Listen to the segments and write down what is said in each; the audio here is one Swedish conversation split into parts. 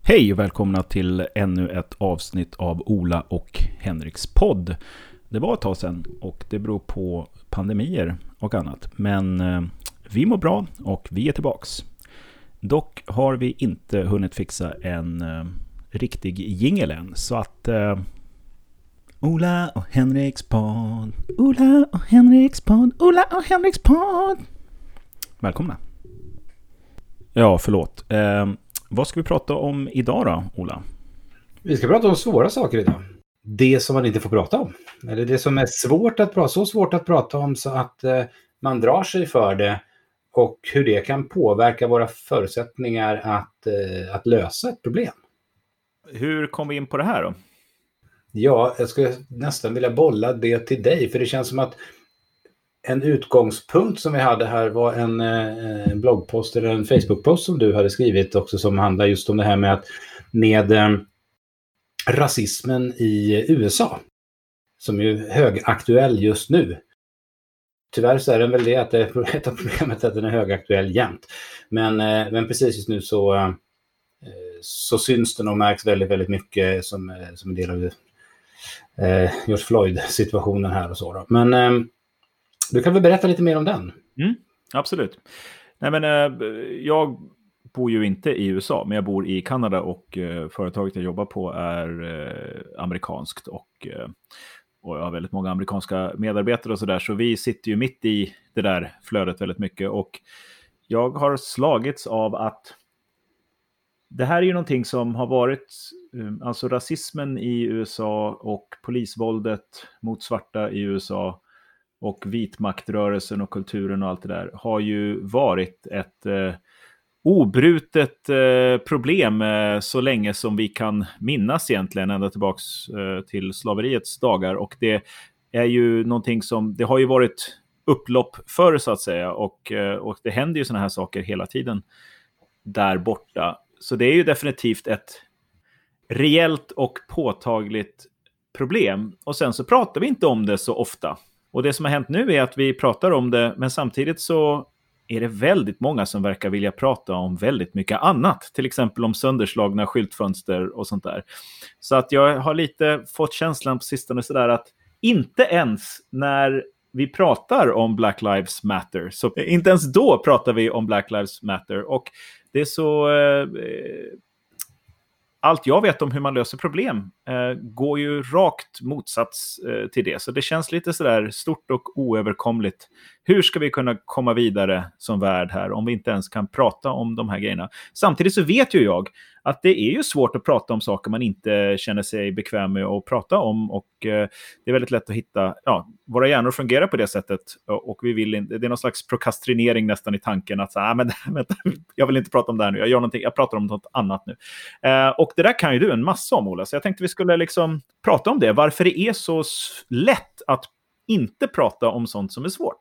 Hej och välkomna till ännu ett avsnitt av Ola och Henriks podd. Det var ett tag sedan och det beror på pandemier och annat. Men vi mår bra och vi är tillbaks. Dock har vi inte hunnit fixa en riktig jingle än. Så att Ola och Henriks podd, Ola och Henriks podd, Ola och Henriks podd. Välkomna. Ja, förlåt. Vad ska vi prata om idag då, Ola? Vi ska prata om svåra saker idag. Det som man inte får prata om. Eller det som är svårt att prata, så svårt att prata om så att man drar sig för det. Och hur det kan påverka våra förutsättningar att lösa ett problem. Hur kom vi in på det här då? Ja, jag skulle nästan vilja bolla det till dig. För det känns som att en utgångspunkt som vi hade här var en bloggpost eller en Facebookpost som du hade skrivit också, som handlar just om det här med rasismen i USA, som är högaktuell just nu. Tyvärr så är det väl det att ett av problemet är att den är högaktuell jämt. Men precis just nu så syns den och märks väldigt, väldigt mycket som en del av George Floyd-situationen här och så då. Men du kan väl berätta lite mer om den? Absolut. Nej, men jag bor ju inte i USA, men jag bor i Kanada och företaget jag jobbar på är amerikanskt och jag har väldigt många amerikanska medarbetare och sådär, så vi sitter ju mitt i det där flödet väldigt mycket, och jag har slagits av att det här är ju någonting som har varit, alltså rasismen i USA och polisvåldet mot svarta i USA och vitmaktrörelsen och kulturen och allt det där har ju varit ett obrutet problem så länge som vi kan minnas egentligen, ända tillbaks till slaveriets dagar. Och det är ju någonting som, det har ju varit upplopp förr så att säga, och det händer ju såna här saker hela tiden där borta. Så det är ju definitivt ett reellt och påtagligt problem. Och sen så pratar vi inte om det så ofta. Och det som har hänt nu är att vi pratar om det, men samtidigt så är det väldigt många som verkar vilja prata om väldigt mycket annat. Till exempel om sönderslagna skyltfönster och sånt där. Så att jag har lite fått känslan på sistone sådär att inte ens när vi pratar om Black Lives Matter, så inte ens då pratar vi om Black Lives Matter. Och det är så... allt jag vet om hur man löser problem går ju rakt motsats till det. Så det känns lite sådär stort och oöverkomligt. Hur ska vi kunna komma vidare som värld här om vi inte ens kan prata om de här grejerna? Samtidigt så vet ju jag att det är ju svårt att prata om saker man inte känner sig bekväm med att prata om. Och det är väldigt lätt att hitta, våra hjärnor fungerar på det sättet. Och vi vill inte, det är någon slags prokrastinering nästan i tanken att men vänta, jag vill inte prata om det här nu. Jag pratar om något annat nu. Och det där kan ju du en massa om, Ola. Så jag tänkte vi skulle liksom prata om det. Varför det är så lätt att inte prata om sånt som är svårt.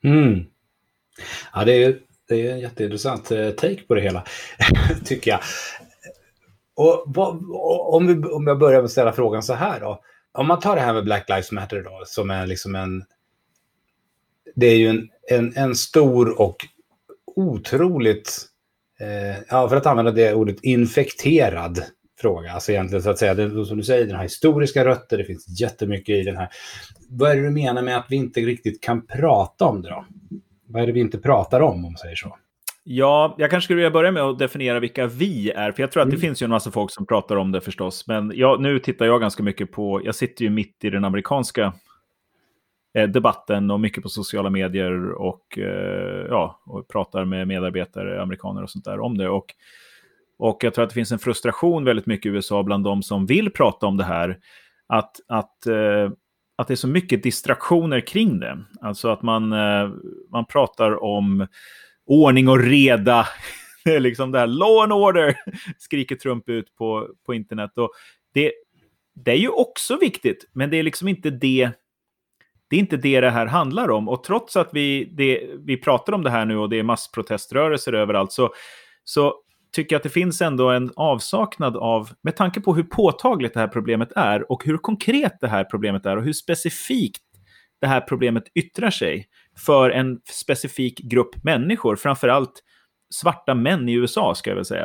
Ja, det är en jätteintressant take på det hela, tycker jag. Och om jag börjar med att ställa frågan så här då. Om man tar det här med Black Lives Matter då, som är liksom det är ju en stor och otroligt, för att använda det ordet, infekterad fråga. Alltså egentligen så att säga, det, som du säger, den här historiska rötter, det finns jättemycket i den här. Vad är det du menar med att vi inte riktigt kan prata om det då? Vad är det vi inte pratar om man säger så? Ja, jag kanske skulle vilja börja med att definiera vilka vi är. För jag tror att det finns ju en massa folk som pratar om det förstås. Men nu tittar jag ganska mycket på, jag sitter ju mitt i den amerikanska debatten och mycket på sociala medier och pratar med medarbetare, amerikaner och sånt där om det. Och jag tror att det finns en frustration väldigt mycket i USA bland de som vill prata om det här. Att det är så mycket distraktioner kring det. Alltså att man pratar om ordning och reda. Det är liksom det här law and order skriker Trump ut på internet. Och det är ju också viktigt, men det är liksom inte det. Det är inte det här handlar om. Och trots att vi pratar om det här nu och det är massproteströrelser överallt, så tycker jag att det finns ändå en avsaknad av, med tanke på hur påtagligt det här problemet är och hur konkret det här problemet är och hur specifikt det här problemet yttrar sig för en specifik grupp människor, framförallt svarta män i USA ska jag väl säga.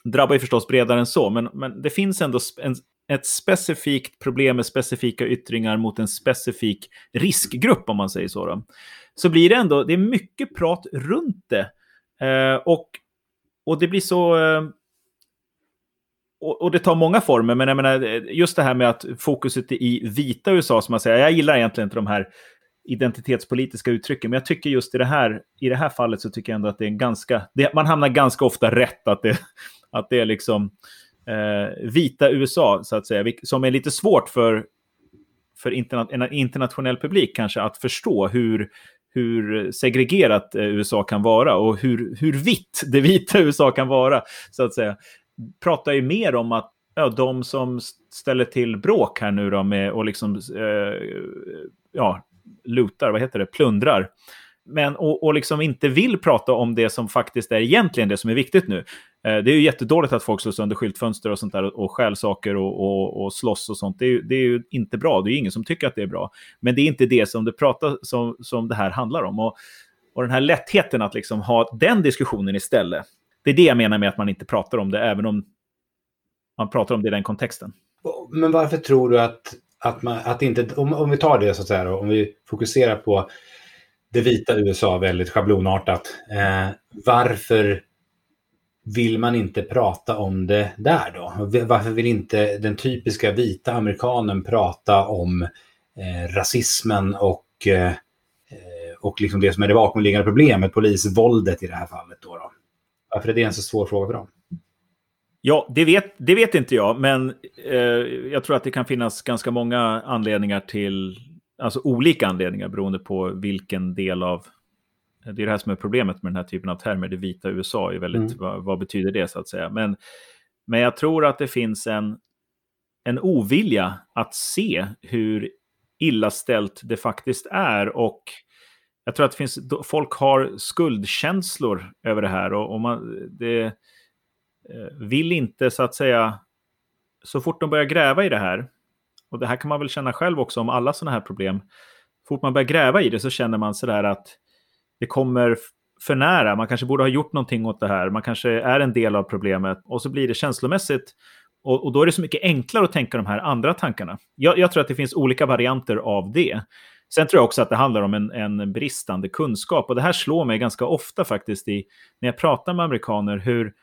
drabbar ju förstås bredare än så, men det finns ändå ett specifikt problem med specifika yttringar mot en specifik riskgrupp, om man säger så då. Så blir det ändå, det är mycket prat runt det. Och det blir så... Och det tar många former, men jag menar, just det här med att fokuset i vita USA, som man säger, jag gillar egentligen inte de här identitetspolitiska uttrycken, men jag tycker just i det här fallet så tycker jag ändå att det är en ganska... man hamnar ganska ofta rätt att det är liksom vita USA, så att säga, som är lite svårt för en internationell publik kanske att förstå hur segregerat USA kan vara och hur vitt det vita USA kan vara, så att säga. Pratar ju mer om att de som ställer till bråk här nu då med och liksom lutar, vad heter det, plundrar, men och liksom inte vill prata om det som faktiskt är egentligen det som är viktigt nu. Det är ju jättedåligt att folk slår sönder skyltfönster och sånt där och stjäl saker och slåss och sånt. Det är ju inte bra. Det är ju ingen som tycker att det är bra. Men det är inte det som som det här handlar om. Och den här lättheten att liksom ha den diskussionen istället. Det är det jag menar med att man inte pratar om det, även om man pratar om det i den kontexten. Men varför tror du att inte, om vi tar det så att säga då, om vi fokuserar på det vita USA väldigt schablonartat, varför vill man inte prata om det där då? Varför vill inte den typiska vita amerikanen prata om rasismen och liksom det som är det bakomliggande problemet, polisvåldet i det här fallet då? Varför är det en så svår fråga för dem? Ja, det vet inte jag, men jag tror att det kan finnas ganska många anledningar till, alltså olika anledningar beroende på vilken del av, det är det här som är problemet med den här typen av termer, det vita USA är väldigt, vad betyder det så att säga, men jag tror att det finns en ovilja att se hur illa ställt det faktiskt är, och jag tror att folk har skuldkänslor över det här, och det vill inte så att säga, så fort de börjar gräva i det här, och det här kan man väl känna själv också om alla sådana här problem, fort man börjar gräva i det så känner man sådär att det kommer för nära, man kanske borde ha gjort någonting åt det här, man kanske är en del av problemet, och så blir det känslomässigt, och då är det så mycket enklare att tänka de här andra tankarna. Jag tror att det finns olika varianter av det. Sen tror jag också att det handlar om en bristande kunskap, och det här slår mig ganska ofta faktiskt när jag pratar med amerikaner,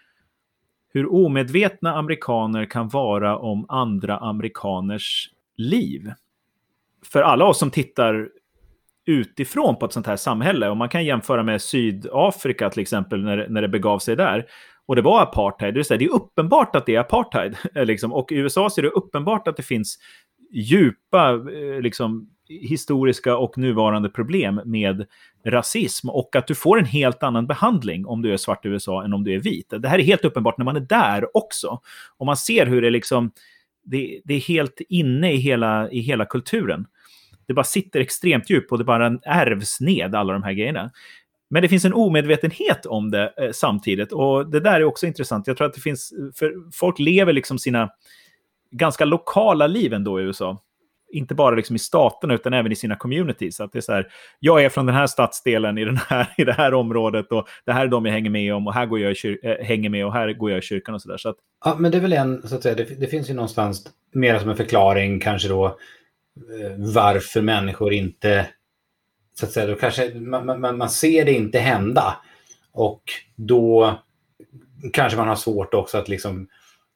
hur omedvetna amerikaner kan vara om andra amerikaners liv. För alla oss som tittar utifrån på ett sånt här samhälle, och man kan jämföra med Sydafrika till exempel när det begav sig där, och det var apartheid, det är uppenbart att det är apartheid liksom. Och i USA så är det uppenbart att det finns djupa liksom historiska och nuvarande problem med rasism, och att du får en helt annan behandling om du är svart i USA än om du är vit. Det här är helt uppenbart när man är där också, och man ser hur det liksom det är helt inne i hela kulturen. Det bara sitter extremt djupt och det bara ärvs ned, alla de här grejerna. Men det finns en omedvetenhet om det samtidigt, och det där är också intressant. Jag tror att det finns, för folk lever liksom sina ganska lokala liv ändå i USA. Inte bara liksom i staterna utan även i sina communities. Att det är så här, jag är från den här stadsdelen i det här området, och det här är de jag hänger med om, och här går jag hänger med, och här går jag i kyrkan och sådär. Så att... Ja, men det är väl så att säga, det finns ju någonstans mer som en förklaring kanske då varför människor inte, så att säga, då kanske man ser det inte hända, och då kanske man har svårt också att liksom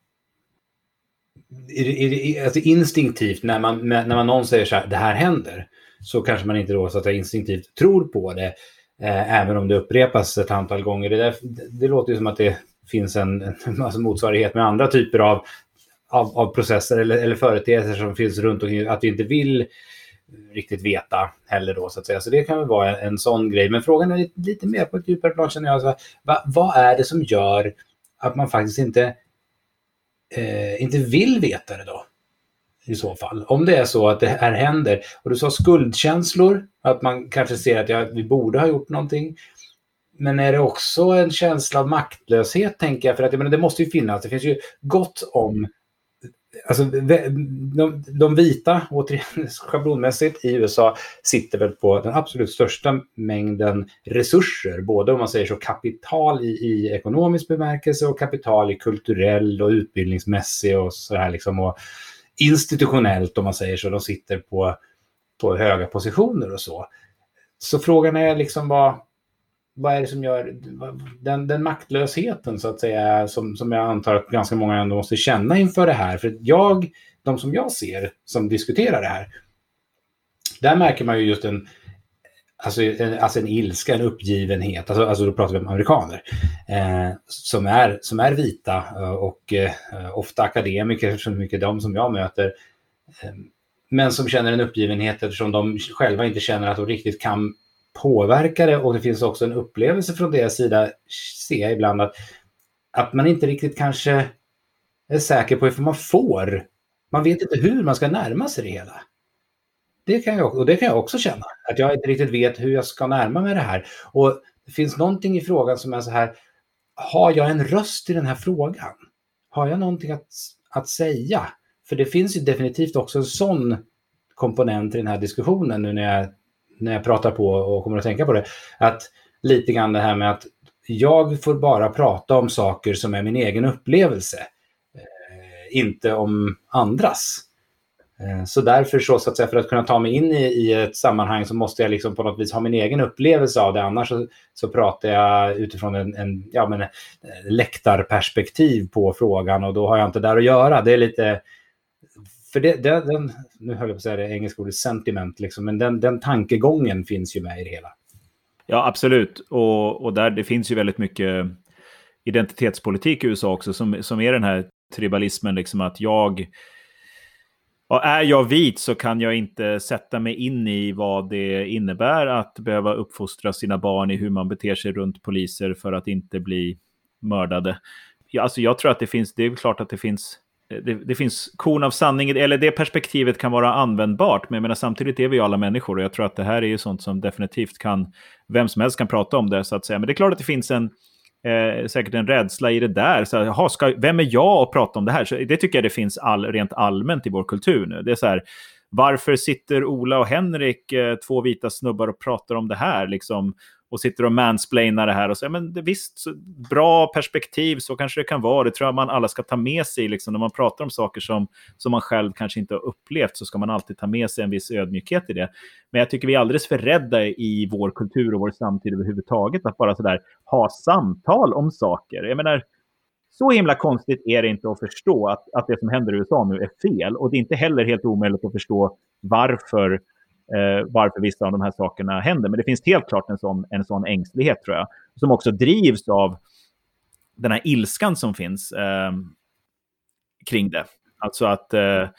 alltså instinktivt när man någon säger så här, det här händer, så kanske man inte då så att säga instinktivt tror på det, även om det upprepas ett antal gånger. Det låter ju som att det finns en alltså motsvarighet med andra typer av processer eller företeelser som finns runt omkring, att vi inte vill riktigt veta heller då, så att säga. Så det kan väl vara en sån grej. Men frågan är lite mer på ett djupare plan, känner jag. Alltså, vad är det som gör att man faktiskt inte vill veta det då? I så fall. Om det är så att det här händer, och du sa skuldkänslor, att man kanske ser att vi borde ha gjort någonting. Men är det också en känsla av maktlöshet, tänker jag? För att jag menar, det måste ju finnas. Det finns ju gott om alltså, de vita, återigen schablonmässigt, i USA sitter väl på den absolut största mängden resurser, både om man säger så kapital i ekonomisk bemärkelse och kapital i kulturell och utbildningsmässig och så här liksom, och institutionellt om man säger så. De sitter på höga positioner och så. Så frågan är liksom vad är det som gör den maktlösheten så att säga, som jag antar att ganska många ändå måste känna inför det här. För de som jag ser som diskuterar det här, där märker man ju just en ilska, en uppgivenhet. Alltså då pratar vi om amerikaner som är vita och ofta akademiker, så mycket de som jag möter, men som känner en uppgivenhet eftersom de själva inte känner att de riktigt kan påverka det. Och det finns också en upplevelse från deras sida, ser jag ibland, att man inte riktigt kanske är säker på ifall man får. Man vet inte hur man ska närma sig det hela. Det kan jag också känna. Att jag inte riktigt vet hur jag ska närma mig det här. Och det finns någonting i frågan som är så här: har jag en röst i den här frågan? Har jag någonting att säga? För det finns ju definitivt också en sån komponent i den här diskussionen nu när jag pratar på och kommer att tänka på det. Att lite grann det här med att jag får bara prata om saker som är min egen upplevelse. Inte om andras. Så därför så att säga, för att kunna ta mig in i ett sammanhang så måste jag liksom på något vis ha min egen upplevelse av det. Annars så pratar jag utifrån en läktarperspektiv på frågan, och då har jag inte där att göra. Det är lite... För nu höll jag på att säga det engelska ordet sentiment, liksom, men den tankegången finns ju med i det hela. Ja, absolut. Och där det finns ju väldigt mycket identitetspolitik i USA också, som är den här tribalismen, liksom att är jag vit så kan jag inte sätta mig in i vad det innebär att behöva uppfostra sina barn i hur man beter sig runt poliser för att inte bli mördade. Alltså jag tror att det är klart att det finns korn av sanning, eller det perspektivet kan vara användbart, men jag menar, samtidigt är vi ju alla människor, och jag tror att det här är ju sånt som definitivt vem som helst kan prata om det, så att säga. Men det är klart att det finns säkert en rädsla i det där. Så, vem är jag att prata om det här? Så det tycker jag det finns rent allmänt i vår kultur nu. Det är så här, varför sitter Ola och Henrik, två vita snubbar, och pratar om det här liksom, och sitter och mansplainar det här och säger, men det visst, bra perspektiv, så kanske det kan vara. Det tror jag man alla ska ta med sig liksom, när man pratar om saker som man själv kanske inte har upplevt, så ska man alltid ta med sig en viss ödmjukhet i det. Men jag tycker vi är alldeles för rädda i vår kultur och vår samtid överhuvudtaget att bara sådär ha samtal om saker. Jag menar, så himla konstigt är det inte att förstå att det som händer i USA nu är fel, och det är inte heller helt omöjligt att förstå varför vissa av de här sakerna händer. Men det finns helt klart en sån ängslighet, tror jag, som också drivs av den här ilskan som finns kring det. Alltså att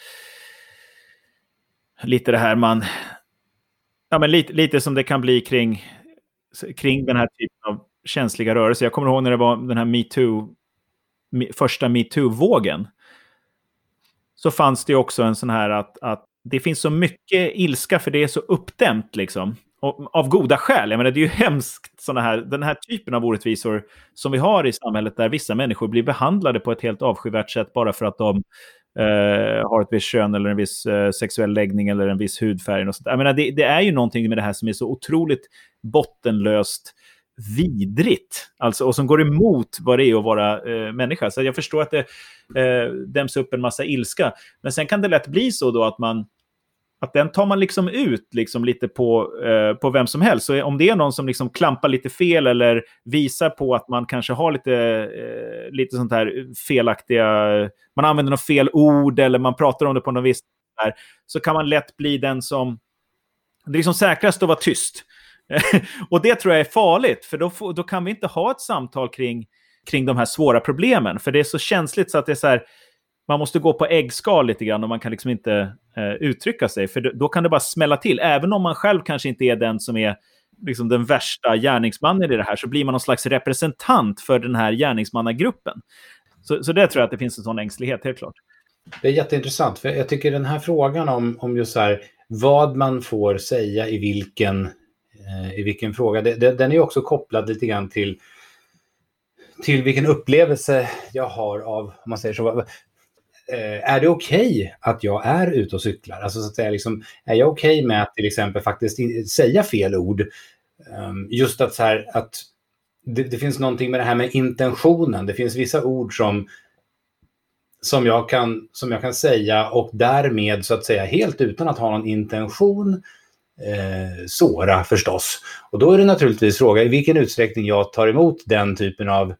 lite det här lite som det kan bli kring den här typen av känsliga rörelser. Jag kommer ihåg när det var den här första MeToo-vågen, så fanns det också en sån här att det finns så mycket ilska för det är så uppdämt liksom. Och av goda skäl. Jag menar, det är ju hemskt den här typen av orättvisor som vi har i samhället, där vissa människor blir behandlade på ett helt avskyvärt sätt bara för att de har ett visst kön eller en viss sexuell läggning eller en viss hudfärg och sånt. Jag menar, det är ju någonting med det här som är så otroligt bottenlöst vidrigt, alltså, och som går emot vad det är att vara människa. Så jag förstår att det däms upp en massa ilska, men sen kan det lätt bli så då att den tar man liksom ut liksom lite på vem som helst. Så om det är någon som liksom klampar lite fel eller visar på att man kanske har lite sånt här felaktiga, man använder något fel ord eller man pratar om det på något visst där, så kan man lätt bli den som det är liksom säkrast att vara tyst. Och det tror jag är farligt, för då kan vi inte ha ett samtal kring de här svåra problemen, för det är så känsligt så att det är så här, man måste gå på äggskal lite grann och man kan liksom inte uttrycka sig, för då kan det bara smälla till. Även om man själv kanske inte är den som är liksom den värsta gärningsmannen i det här, så blir man någon slags representant för den här gärningsmannagruppen. Så det tror jag att det finns en sån ängslighet, helt klart. Det är jätteintressant, för jag tycker den här frågan om just så här, vad man får säga i vilken fråga, den är ju också kopplad lite grann till vilken upplevelse jag har av, om man säger så, är det okej att jag är ute och cyklar? Alltså så att säga, liksom, är jag okej med att till exempel faktiskt säga fel ord? Just att, så här, att det finns någonting med det här med intentionen. Det finns vissa ord som jag kan säga och därmed så att säga helt utan att ha någon intention såra förstås. Och då är det naturligtvis fråga i vilken utsträckning jag tar emot den typen av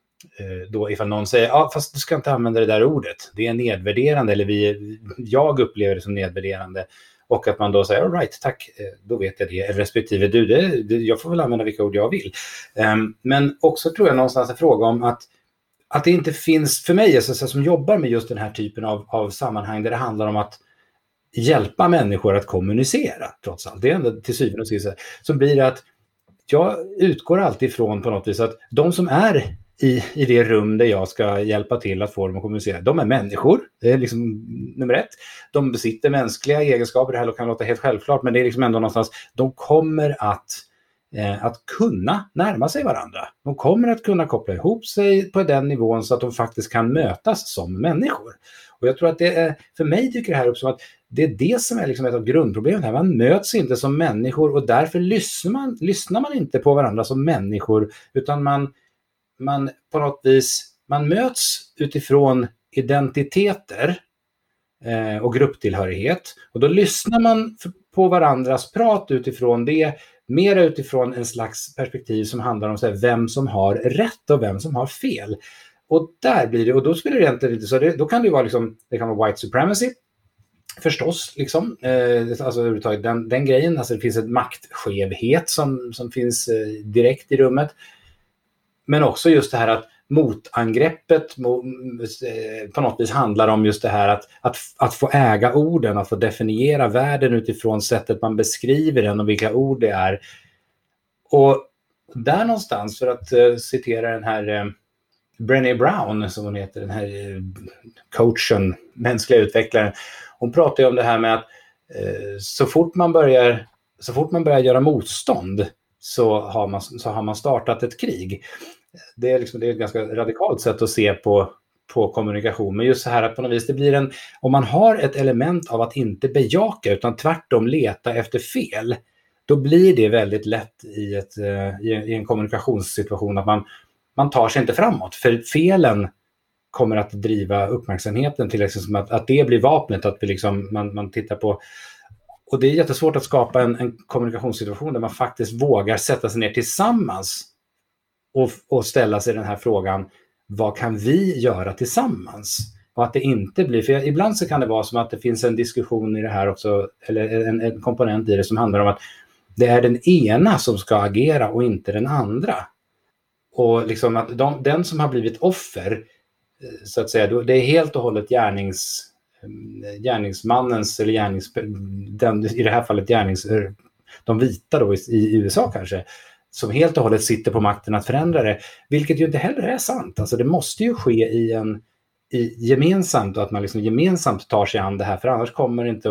då ifall någon säger fast du ska inte använda det där ordet. Det är nedvärderande eller jag upplever det som nedvärderande. Och att man då säger, all right, tack, då vet jag det. Respektive, jag får väl använda vilka ord jag vill. Men också tror jag någonstans en fråga om att det inte finns, för mig som jobbar med just den här typen av sammanhang där det handlar om att hjälpa människor att kommunicera, trots allt. Det är ändå till syvende och sist så blir det att jag utgår alltid ifrån på något vis att de som är i det rum där jag ska hjälpa till att få dem att kommunicera. De är människor, det är liksom nummer ett. De besitter mänskliga egenskaper, det här kan låta helt självklart, men det är liksom ändå någonstans, de kommer att kunna närma sig varandra. De kommer att kunna koppla ihop sig på den nivån så att de faktiskt kan mötas som människor. Och jag tror att det är, för mig dyker det här upp som att det är det som är liksom ett av grundproblemen här. Man möts inte som människor och därför lyssnar man inte på varandra som människor, utan man på något vis, man möts utifrån identiteter och grupptillhörighet. Och då lyssnar man på varandras prat utifrån det, mer utifrån en slags perspektiv som handlar om så här, vem som har rätt och vem som har fel. Och där blir det, och då spelar det egentligen lite så, då kan det vara liksom, det kan vara white supremacy, förstås, liksom. Alltså överhuvudtaget den grejen, alltså det finns en maktskevhet som finns direkt i rummet. Men också just det här att motangreppet på något vis handlar om just det här att få äga orden, att få definiera världen utifrån sättet man beskriver den och vilka ord det är. Och där någonstans, för att citera den här Brené Brown, som hon heter, den här coachen, mänskliga utvecklaren, hon pratar ju om det här med att så fort man börjar göra motstånd så har man startat ett krig. Det är ett ganska radikalt sätt att se på kommunikation. Men just så här att på något vis det blir om man har ett element av att inte bejaka utan tvärtom leta efter fel, då blir det väldigt lätt i en kommunikationssituation att man tar sig inte framåt. För felen kommer att driva uppmärksamheten till liksom att det blir vapnet, att vi liksom, man tittar på. Och det är jättesvårt att skapa en kommunikationssituation där man faktiskt vågar sätta sig ner tillsammans och ställa sig den här frågan, vad kan vi göra tillsammans? Och att det inte blir, för ibland så kan det vara som att det finns en diskussion i det här också, eller en komponent i det som handlar om att det är den ena som ska agera och inte den andra. Och liksom att den som har blivit offer, så att säga, det är helt och hållet gärningsmannens, eller i det här fallet de vita då i USA kanske, som helt och hållet sitter på makten att förändra det, vilket ju inte heller är sant. Alltså det måste ju ske gemensamt, och att man liksom gemensamt tar sig an det här, för annars kommer det inte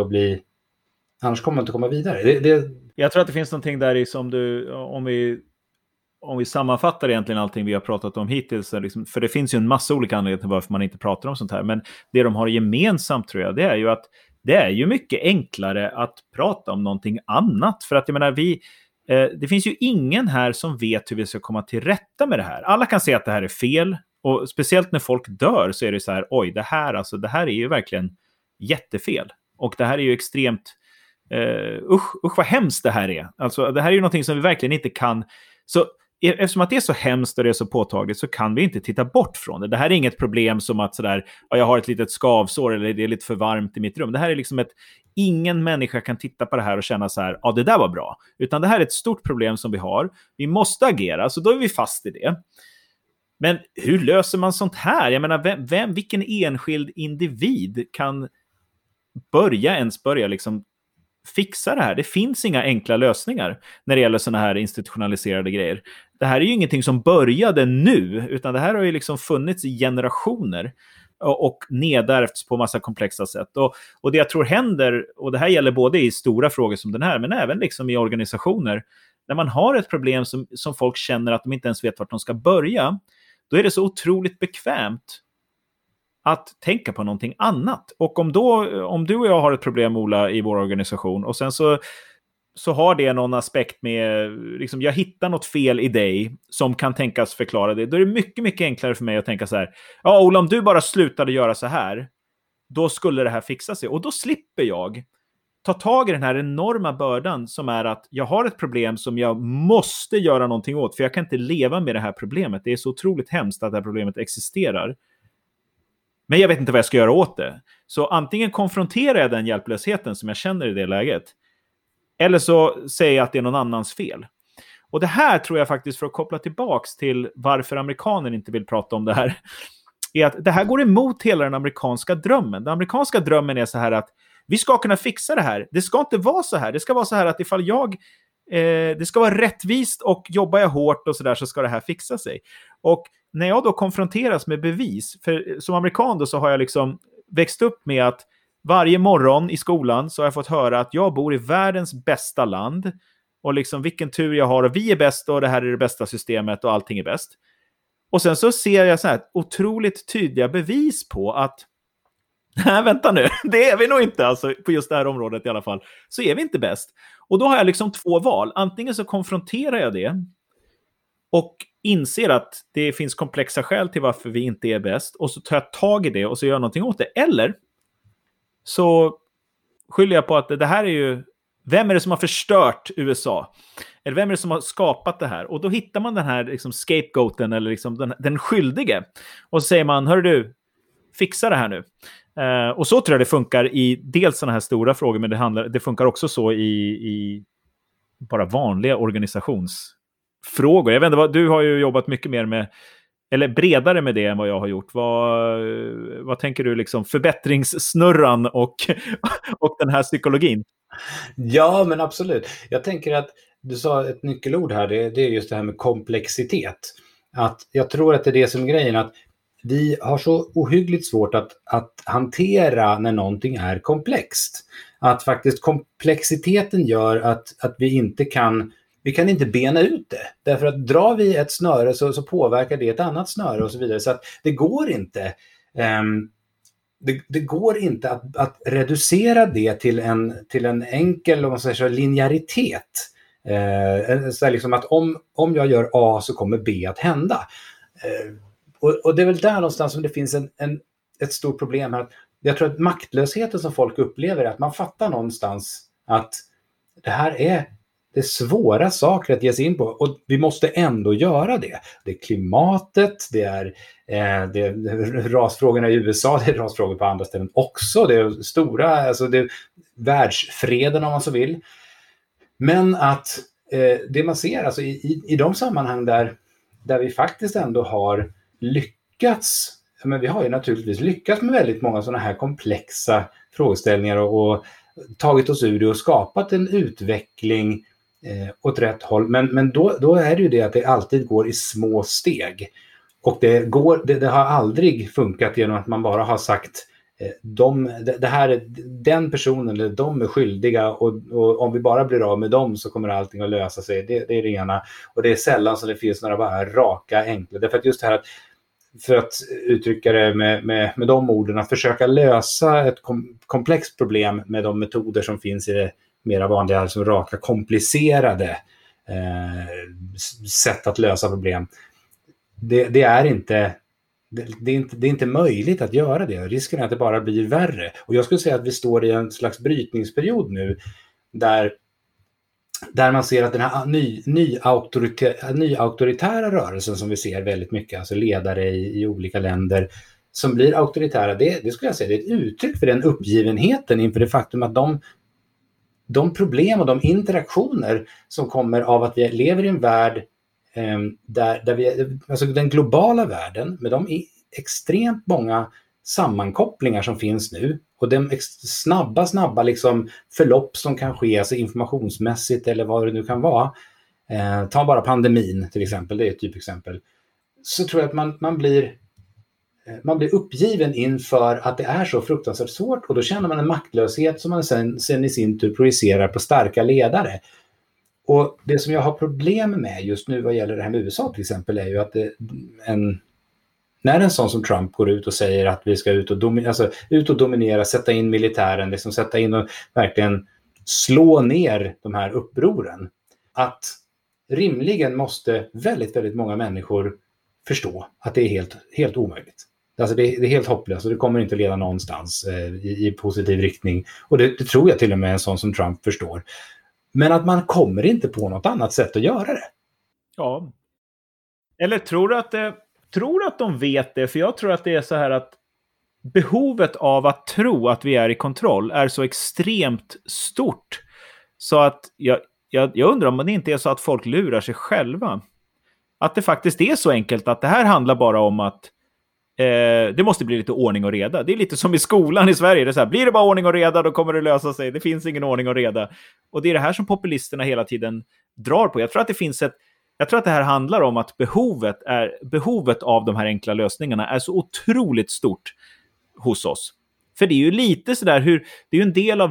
komma vidare. Jag tror att det finns någonting där i som om vi sammanfattar egentligen allting vi har pratat om hittills, liksom, för det finns ju en massa olika anledningar till varför man inte pratar om sånt här, men det de har gemensamt tror jag, det är ju att det är ju mycket enklare att prata om någonting annat, för att jag menar det finns ju ingen här som vet hur vi ska komma till rätta med det här. Alla kan se att det här är fel, och speciellt när folk dör så är det så här, oj, det här är ju verkligen jättefel, och det här är ju extremt usch vad hemskt det här är. Alltså det här är ju någonting som vi verkligen inte kan, så eftersom att det är så hemskt och det är så påtagligt så kan vi inte titta bort från det. Det här är inget problem som att sådär, jag har ett litet skavsår eller det är lite för varmt i mitt rum. Det här är liksom ingen människa kan titta på det här och känna så här, det där var bra. Utan det här är ett stort problem som vi har. Vi måste agera, så då är vi fast i det. Men hur löser man sånt här? Jag menar, vilken enskild individ kan börja liksom fixa det här? Det finns inga enkla lösningar när det gäller såna här institutionaliserade grejer. Det här är ju ingenting som började nu, utan det här har ju liksom funnits i generationer och nedärvts på massa komplexa sätt. Och det jag tror händer, och det här gäller både i stora frågor som den här, men även liksom i organisationer, när man har ett problem som folk känner att de inte ens vet vart de ska börja, då är det så otroligt bekvämt att tänka på någonting annat. Och om du och jag har ett problem, Ola, i vår organisation och sen så har det någon aspekt med, liksom, jag hittar något fel i dig som kan tänkas förklara det. Då är det mycket, mycket enklare för mig att tänka så här: ja, Ola, om du bara slutade göra så här, då skulle det här fixa sig. Och då slipper jag ta tag i den här enorma bördan som är att jag har ett problem som jag måste göra någonting åt, för jag kan inte leva med det här problemet. Det är så otroligt hemskt att det här problemet existerar. Men jag vet inte vad jag ska göra åt det. Så antingen konfronterar jag den hjälplösheten som jag känner i det läget, eller så säger jag att det är någon annans fel. Och det här tror jag faktiskt, för att koppla tillbaks till varför amerikaner inte vill prata om det här, är att det här går emot hela den amerikanska drömmen. Den amerikanska drömmen är så här att vi ska kunna fixa det här. Det ska inte vara så här. Det ska vara så här att ifall det ska vara rättvist, och jobbar jag hårt och så där, så ska det här fixa sig. Och när jag då konfronteras med bevis, för som amerikan då så har jag liksom växt upp med att varje morgon i skolan så har jag fått höra att jag bor i världens bästa land, och liksom vilken tur jag har, och vi är bäst, och det här är det bästa systemet och allting är bäst. Och sen så ser jag så här otroligt tydliga bevis på att nej, vänta nu, det är vi nog inte, alltså på just det här området i alla fall, så är vi inte bäst. Och då har jag liksom två val. Antingen så konfronterar jag det och inser att det finns komplexa skäl till varför vi inte är bäst, och så tar jag tag i det och så gör jag någonting åt det. Eller så skyller jag på att det här är ju, vem är det som har förstört USA? Eller vem är det som har skapat det här? Och då hittar man den här liksom scapegoaten, eller liksom den skyldige. Och så säger man: hör du, fixa det här nu. Och så tror jag det funkar i dels sådana här stora frågor, men det funkar också så i bara vanliga organisationsfrågor. Jag vet inte, du har ju jobbat mycket mer med, eller bredare med det än vad jag har gjort. Vad tänker du, liksom förbättringssnurran och den här psykologin? Ja, men absolut. Jag tänker att du sa ett nyckelord här, det är just det här med komplexitet. Att jag tror att det är det som är grejen, att vi har så ohyggligt svårt att hantera när någonting är komplext. Att faktiskt komplexiteten gör att vi inte kan bena ut det. Därför att drar vi ett snöre så påverkar det ett annat snöre och så vidare. Så att det går inte, det går inte att reducera det till en enkel, om man säger så, linjäritet. Så liksom att om jag gör A så kommer B att hända. Och det är väl där någonstans som det finns ett stort problem här. Jag tror att maktlösheten som folk upplever är att man fattar någonstans att det här är svåra saker att ge sig in på, och vi måste ändå göra det. Det är klimatet, det är rasfrågorna i USA, det är rasfrågor på andra ställen också. Det är stora, alltså det är världsfreden om man så vill. Men att det man ser alltså i de sammanhang där vi faktiskt ändå har lyckats, men vi har ju naturligtvis lyckats med väldigt många sådana här komplexa frågeställningar och tagit oss ur det och skapat en utveckling åt rätt håll. Men då är det ju det att det alltid går i små steg. Och det har aldrig funkat genom att man bara har sagt den personen eller de är skyldiga, och om vi bara blir av med dem så kommer allting att lösa sig. Det är det ena. Och det är sällan så det finns några bara raka, enkla. Därför att just det här att, för att uttrycka det med de orden, att försöka lösa ett komplext problem med de metoder som finns i det mera vanliga, alltså raka, komplicerade sätt att lösa problem. Det är inte möjligt att göra det. Risken är att det bara blir värre. Och jag skulle säga att vi står i en slags brytningsperiod nu där man ser att den här ny-auktoritära rörelsen som vi ser väldigt mycket, alltså ledare i olika länder som blir auktoritära, det skulle jag säga, det är ett uttryck för den uppgivenheten inför det faktum att de problem och de interaktioner som kommer av att vi lever i en värld där vi, alltså den globala världen med de extremt många sammankopplingar som finns nu och de snabba liksom förlopp som kan ske, alltså informationsmässigt eller vad det nu kan vara. Ta bara pandemin till exempel, det är ett typexempel. Så tror jag att man blir uppgiven inför att det är så fruktansvärt svårt, och då känner man en maktlöshet som man sen i sin tur projicerar på starka ledare. Och det som jag har problem med just nu vad gäller det här med USA till exempel är ju att när en sån som Trump går ut och säger att vi ska ut och dominera, sätta in militären, liksom sätta in och verkligen slå ner de här upproren, att rimligen måste väldigt, väldigt många människor förstå att det är helt, helt omöjligt. Alltså det är helt hopplöst och det kommer inte att leda någonstans i positiv riktning. Och det tror jag till och med en sån som Trump förstår. Men att man kommer inte på något annat sätt att göra det. Ja. Eller tror du att de vet det? För jag tror att det är så här att behovet av att tro att vi är i kontroll är så extremt stort. Så att jag undrar om det inte är så att folk lurar sig själva. Att det faktiskt är så enkelt att det här handlar bara om att det måste bli lite ordning och reda. Det är lite som i skolan i Sverige. Det är så här, blir det bara ordning och reda, då kommer det lösa sig. Det finns ingen ordning och reda. Och det är det här som populisterna hela tiden drar på. Jag tror att det här handlar om att behovet av de här enkla lösningarna är så otroligt stort hos oss. För det är ju lite sådär det är ju en del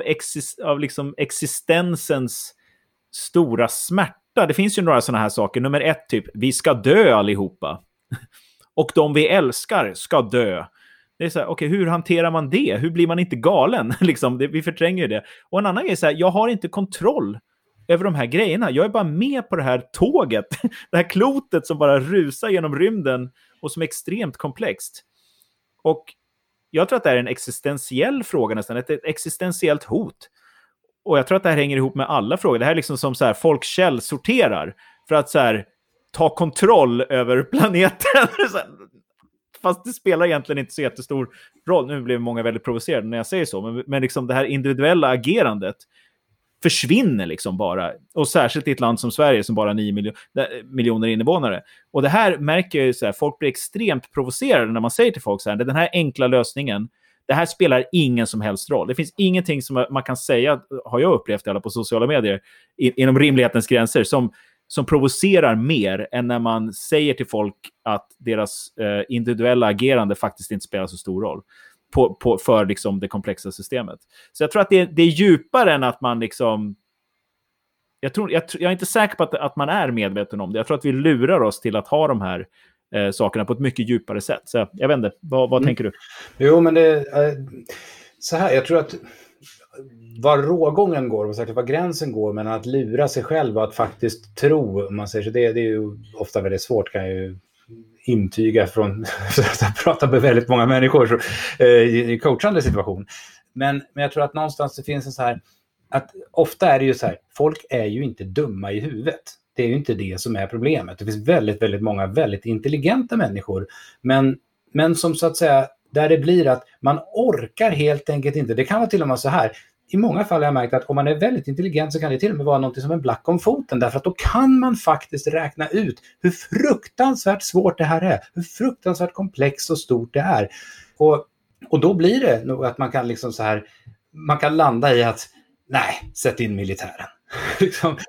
av liksom existensens stora smärta. Det finns ju några sådana här saker. Nummer 1 typ, vi ska dö allihopa. Och de vi älskar ska dö. Det är så här, okej, hur hanterar man det? Hur blir man inte galen? Liksom, vi förtränger ju det. Och en annan grej är så här, jag har inte kontroll över de här grejerna. Jag är bara med på det här tåget. Det här klotet som bara rusar genom rymden och som är extremt komplext. Och jag tror att det är en existentiell fråga nästan. Ett existentiellt hot. Och jag tror att det här hänger ihop med alla frågor. Det här är liksom som så här, folk källsorterar för att så här ta kontroll över planeten. Fast det spelar egentligen inte så jättestor roll. Nu blir många väldigt provocerade när jag säger så. Men liksom det här individuella agerandet försvinner liksom bara. Och särskilt i ett land som Sverige som bara har 9 miljoner invånare. Och det här märker jag ju så här, folk blir extremt provocerade när man säger till folk så här, den här enkla lösningen, det här spelar ingen som helst roll. Det finns ingenting som man kan säga, har jag upplevt alla på sociala medier, inom rimlighetens gränser, som provocerar mer än när man säger till folk att deras individuella agerande faktiskt inte spelar så stor roll för liksom det komplexa systemet. Så jag tror att det är djupare än att man liksom... Jag är inte säker på att man är medveten om det. Jag tror att vi lurar oss till att ha de här sakerna på ett mycket djupare sätt. Så jag vet inte, vad tänker du? Jo, men det så här, jag tror att var rågången går, och säkert var gränsen går, men att lura sig själv och att faktiskt tro, om man säger så, det är ju ofta väldigt svårt, kan jag ju intyga från att prata med väldigt många människor i coachande situation. Men jag tror att någonstans det finns en så här, att ofta är det ju så här, folk är ju inte dumma i huvudet. Det är ju inte det som är problemet. Det finns väldigt, väldigt många väldigt intelligenta människor, men som så att säga, där det blir att man orkar helt enkelt inte. Det kan vara till och med så här. I många fall har jag märkt att om man är väldigt intelligent så kan det till och med vara något som en black om foten. Därför att då kan man faktiskt räkna ut hur fruktansvärt svårt det här är. Hur fruktansvärt komplext och stort det är. Och då blir det nog att man kan liksom så här, man kan landa i att nej, sätt in militären. Liksom,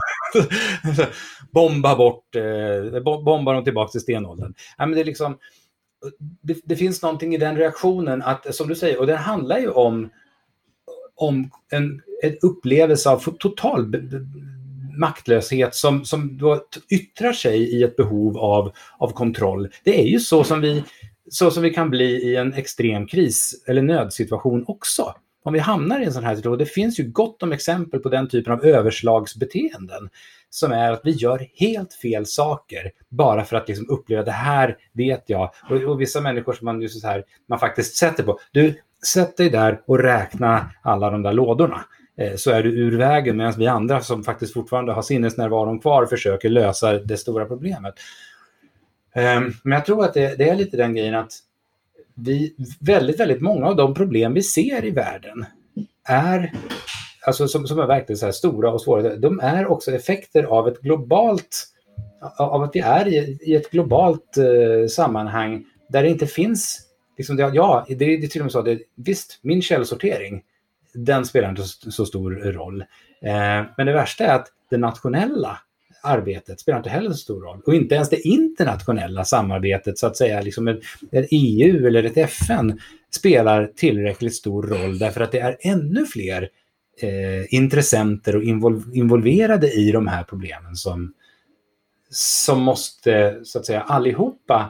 bomba dem tillbaka till stenåldern. Ja, men det är liksom, det finns någonting i den reaktionen att, som du säger, och den handlar ju om en upplevelse av total maktlöshet som då yttrar sig i ett behov av kontroll. Det är ju så som vi kan bli i en extrem kris eller nödsituation också. Om vi hamnar i en sån här situation, det finns ju gott om exempel på den typen av överslagsbeteenden som är att vi gör helt fel saker bara för att liksom uppleva det här vet jag. Och vissa människor som man just så här, man faktiskt sätter på. Du, sätt dig där och räkna alla de där lådorna. Så är du ur vägen, medan vi andra som faktiskt fortfarande har sinnesnärvaron kvar försöker lösa det stora problemet. Men jag tror att det är lite den grejen att väldigt, väldigt många av de problem vi ser i världen är, alltså som är verkligen så här stora och svåra, de är också effekter av ett globalt, av att vi är i ett globalt sammanhang där det inte finns liksom, det är till och med så att visst, min källsortering, den spelar inte så stor roll. Men det värsta är att det nationella arbetet spelar inte heller så stor roll. Och inte ens det internationella samarbetet, så att säga, liksom ett EU eller ett FN spelar tillräckligt stor roll, därför att det är ännu fler intressenter och involverade i de här problemen som måste, så att säga, allihopa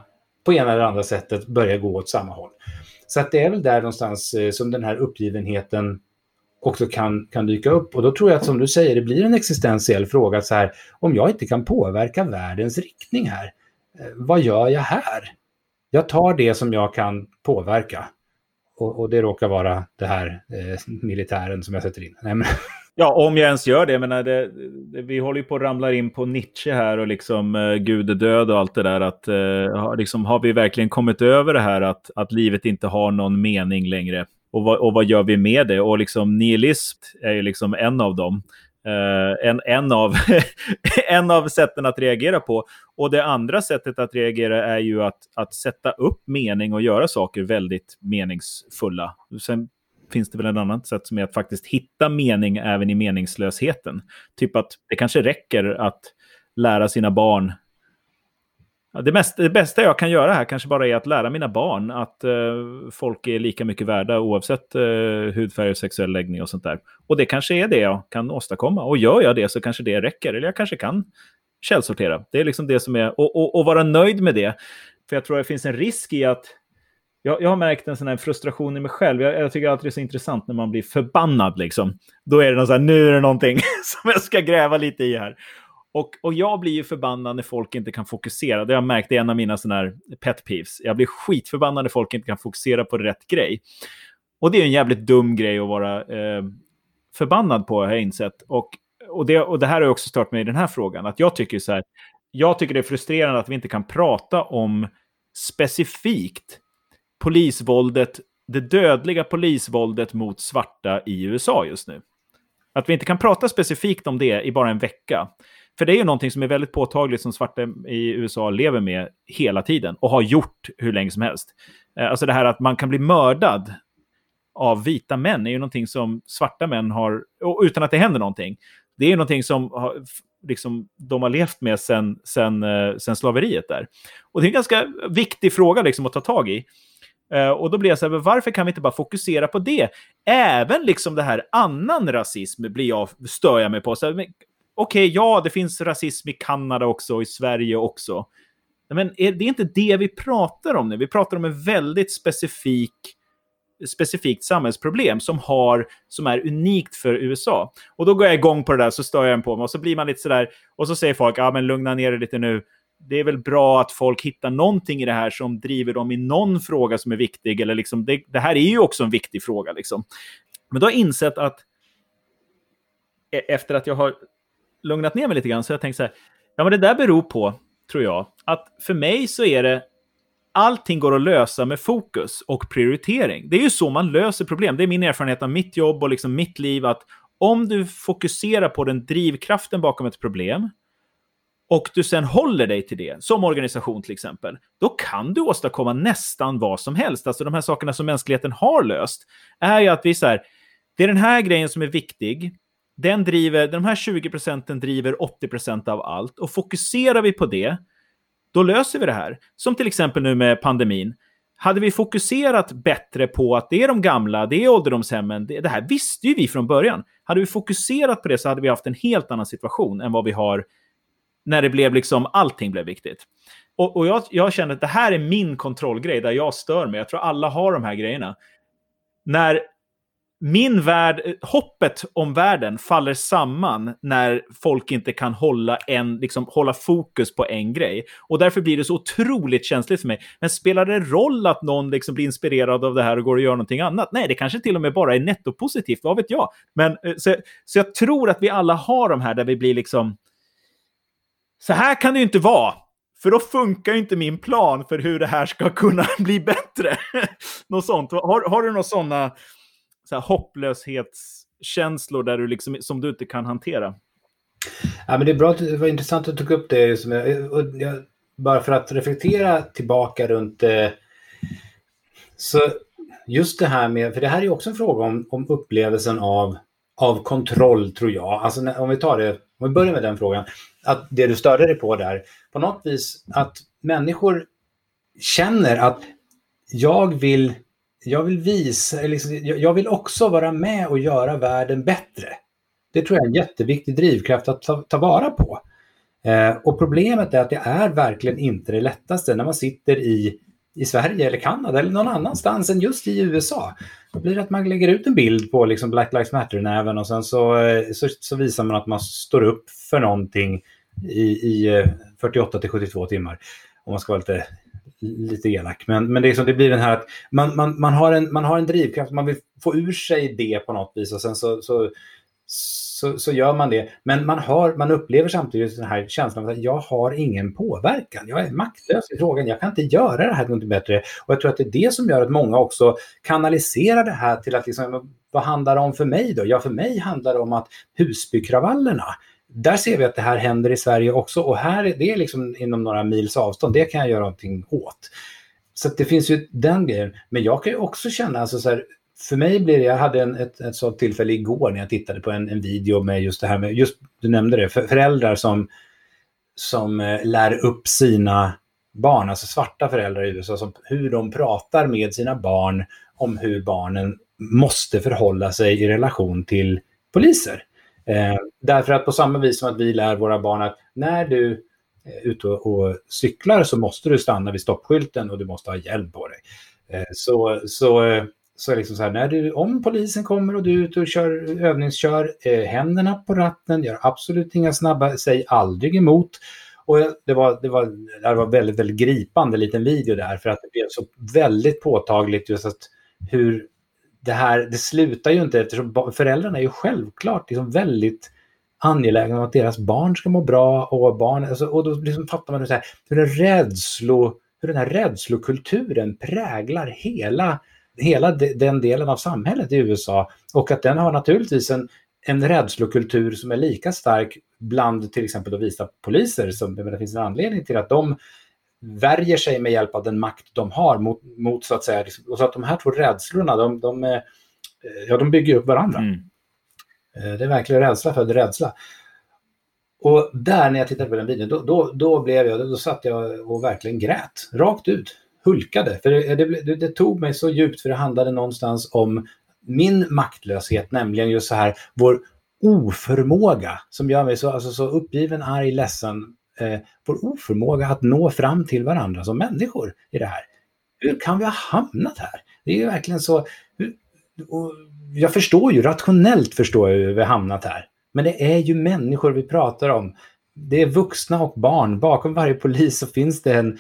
på ena eller andra sättet börjar gå åt samma håll. Så att det är väl där någonstans som den här uppgivenheten också kan dyka upp. Och då tror jag att, som du säger, det blir en existentiell fråga så här: om jag inte kan påverka världens riktning här, vad gör jag här? Jag tar det som jag kan påverka. Och det råkar vara det här militären som jag sätter in. Nej, men... Ja, om jag ens gör det. Men vi håller ju på att ramla in på Nietzsche här och liksom Gud är död och allt det där. Att, liksom, har vi verkligen kommit över det här att livet inte har någon mening längre? Och vad gör vi med det? Och liksom nihilism är ju liksom en av dem. En av sätten att reagera på. Och det andra sättet att reagera är ju att sätta upp mening och göra saker väldigt meningsfulla. Sen finns det väl en annan sätt som är att faktiskt hitta mening även i meningslösheten. Typ att det kanske räcker att lära sina barn. Det bästa jag kan göra här kanske bara är att lära mina barn att folk är lika mycket värda oavsett hudfärg och sexuell läggning och sånt där. Och det kanske är det jag kan åstadkomma. Och gör jag det så kanske det räcker. Eller jag kanske kan källsortera. Det är liksom det som är... Och vara nöjd med det. För jag tror att det finns en risk i att... Jag har märkt en sån här frustration i mig själv. Jag tycker alltid det är så intressant när man blir förbannad liksom. Då är det någon så här, nu är det någonting som jag ska gräva lite i här. Och jag blir ju förbannad när folk inte kan fokusera. Det har jag märkt, det är en av mina såna här pet peeves. Jag blir skitförbannad när folk inte kan fokusera på rätt grej. Och det är en jävligt dum grej att vara förbannad på, har jag insett. Och det här har också stört mig i den här frågan. Att jag tycker så här, jag tycker det är frustrerande att vi inte kan prata om specifikt polisvåldet, det dödliga polisvåldet mot svarta i USA just nu. Att vi inte kan prata specifikt om det i bara en vecka. För det är ju någonting som är väldigt påtagligt som svarta i USA lever med hela tiden och har gjort hur länge som helst. Alltså det här att man kan bli mördad av vita män är ju någonting som svarta män har, och utan att det händer någonting. Det är ju någonting som liksom, de har levt med sen slaveriet där. Och det är en ganska viktig fråga liksom, att ta tag i. Och då blir jag så här, varför kan vi inte bara fokusera på det? Även liksom det här annan rasism stör jag mig på. Okej, ja, det finns rasism i Kanada också och i Sverige också. Men det är inte det vi pratar om nu. Vi pratar om en väldigt specifikt samhällsproblem som är unikt för USA. Och då går jag igång på det där, så stör jag på mig. Och så blir man lite sådär, och så säger folk, ja men lugna ner dig lite nu. Det är väl bra att folk hittar någonting i det här som driver dem i någon fråga som är viktig. Eller liksom, det här är ju också en viktig fråga. Liksom. Men då har jag insett att efter att jag har lugnat ner mig lite grann så har jag tänkt så här, ja men det där beror på, tror jag, att för mig så är det allting går att lösa med fokus och prioritering. Det är ju så man löser problem. Det är min erfarenhet av mitt jobb och liksom mitt liv, att om du fokuserar på den drivkraften bakom ett problem och du sen håller dig till det, som organisation till exempel, då kan du åstadkomma nästan vad som helst. Alltså de här sakerna som mänskligheten har löst är ju att vi så här, det är den här grejen som är viktig. De här 20% driver 80% av allt. Och fokuserar vi på det, då löser vi det här. Som till exempel nu med pandemin. Hade vi fokuserat bättre på att det är de gamla, det är ålderdomshemmen, det här visste ju vi från början. Hade vi fokuserat på det så hade vi haft en helt annan situation än vad vi har när det blev liksom, allting blev viktigt. Och jag känner att det här är min kontrollgrej där jag stör mig. Jag tror alla har de här grejerna. När min värld, hoppet om världen faller samman när folk inte kan hålla fokus på en grej. Och därför blir det så otroligt känsligt för mig. Men spelar det roll att någon liksom blir inspirerad av det här och går och gör någonting annat? Nej, det kanske till och med bara är nettopositivt, vad vet jag. Men så jag tror att vi alla har de här där vi blir liksom, så här kan det ju inte vara. För då funkar ju inte min plan för hur det här ska kunna bli bättre. Något sånt. Har du några sådana så här hopplöshetskänslor där du liksom, som du inte kan hantera? Ja, men det är bra, det var intressant att du tog upp det. Bara för att reflektera tillbaka runt så just det här med, för det här är också en fråga om upplevelsen av kontroll, tror jag. Alltså om vi börjar med den frågan, att det du störde dig på där, på något vis att människor känner att jag vill visa, liksom, jag vill också vara med och göra världen bättre. Det tror jag är en jätteviktig drivkraft att ta vara på. Och problemet är att det är verkligen inte det lättaste när man sitter i Sverige eller Kanada eller någon annanstans än just i USA. Då blir det att man lägger ut en bild på liksom Black Lives Matter-näven och sen så visar man att man står upp för någonting i 48-72 timmar. Om man ska vara lite elak. Men det är så, det blir den här att man har en drivkraft, man vill få ur sig det på något vis och sen så gör man det. Men man upplever samtidigt den här känslan av att jag har ingen påverkan. Jag är maktlös i frågan. Jag kan inte göra det här något bättre. Och jag tror att det är det som gör att många också kanaliserar det här till att liksom, vad handlar det om för mig då? Ja, för mig handlar det om att Husbykravallerna, där ser vi att det här händer i Sverige också. Och här är det liksom inom några mils avstånd. Det kan jag göra någonting åt. Så att det finns ju den grejen. Men jag kan ju också känna, alltså så här, för mig blir det, jag hade ett sådant tillfälle igår när jag tittade på en video med just det här med, just du nämnde det, föräldrar som lär upp sina barn, alltså svarta föräldrar i USA, som hur de pratar med sina barn om hur barnen måste förhålla sig i relation till poliser. Därför att på samma vis som att vi lär våra barn att när du är ute och cyklar så måste du stanna vid stoppskylten och du måste ha hjälm på dig. Så är liksom så här, om polisen kommer och du är ute och övningskör, händerna på ratten, gör absolut inga snabba, säg aldrig emot. Och det var väldigt, väldigt gripande liten video där, för att det blev så väldigt påtagligt just att hur det slutar ju inte, eftersom föräldrarna är ju självklart liksom väldigt angelägna om att deras barn ska må bra och barn, alltså, och då liksom fattar man så här, hur den här rädslokulturen präglar hela den delen av samhället i USA, och att den har naturligtvis en rädslokultur som är lika stark bland till exempel då vita poliser, som det finns en anledning till att de värjer sig med hjälp av den makt de har mot så att säga, och så att de här två rädslorna de bygger upp varandra. Det är verkligen rädsla för rädsla. Och där när jag tittade på den videon då satt jag och verkligen grät rakt ut, hulkade, för det tog mig så djupt, för det handlade någonstans om min maktlöshet, nämligen just så här vår oförmåga som gör mig så uppgiven, arg, ledsen, vår oförmåga att nå fram till varandra som människor i det här. Hur kan vi ha hamnat här? Det är ju verkligen så, och jag förstår ju, rationellt förstår jag hur vi har hamnat här, men det är ju människor vi pratar om. Det är vuxna och barn. Bakom varje polis så finns det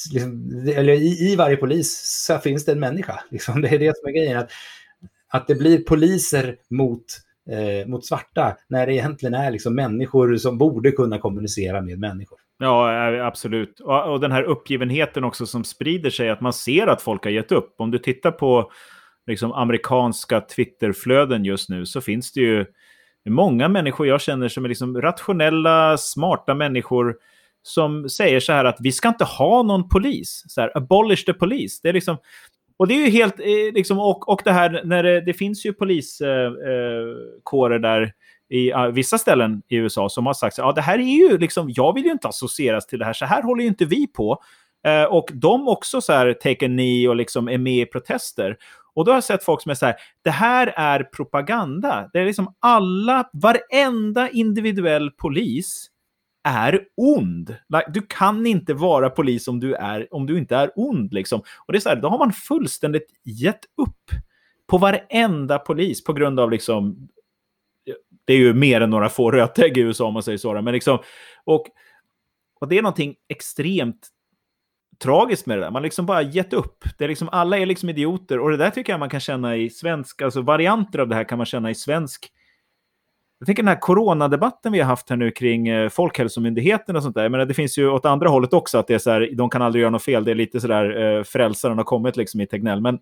i varje polis så finns det en människa. Liksom, det är det som är grejen. Att det blir poliser mot svarta när det egentligen är liksom människor som borde kunna kommunicera med människor. Ja, absolut. Och den här uppgivenheten också som sprider sig, att man ser att folk har gett upp. Om du tittar på liksom amerikanska Twitterflöden just nu, så finns det ju många människor jag känner som är liksom rationella, smarta människor som säger så här att vi ska inte ha någon polis. Så här, abolish the police. Det är liksom, och det är ju helt liksom, och det här när det finns ju poliskårer där i vissa ställen i USA som har sagt så, ja, det här är ju liksom, jag vill ju inte associeras till det här, så här håller ju inte vi på. Och de också så här take a knee och liksom är med i protester. Och då har jag sett folk som är så här, det här är propaganda. Det är liksom varenda individuell polis är ond. Du kan inte vara polis om du inte är ond liksom. Och det är så här, då har man fullständigt gett upp på varenda polis på grund av liksom, det är ju mer än några få rötägg i USA om man säger så, men liksom, och det är någonting extremt tragiskt med det där. Man liksom bara gett upp. Det är liksom, alla är liksom idioter. Och det där tycker jag man kan känna i svensk, alltså varianter av det här kan man känna i svensk. Jag tänker den här coronadebatten vi har haft här nu kring Folkhälsomyndigheten och sånt där. Men det finns ju åt andra hållet också att det är så här, de kan aldrig göra något fel. Det är lite så där frälsaren har kommit liksom i Tegnell. Men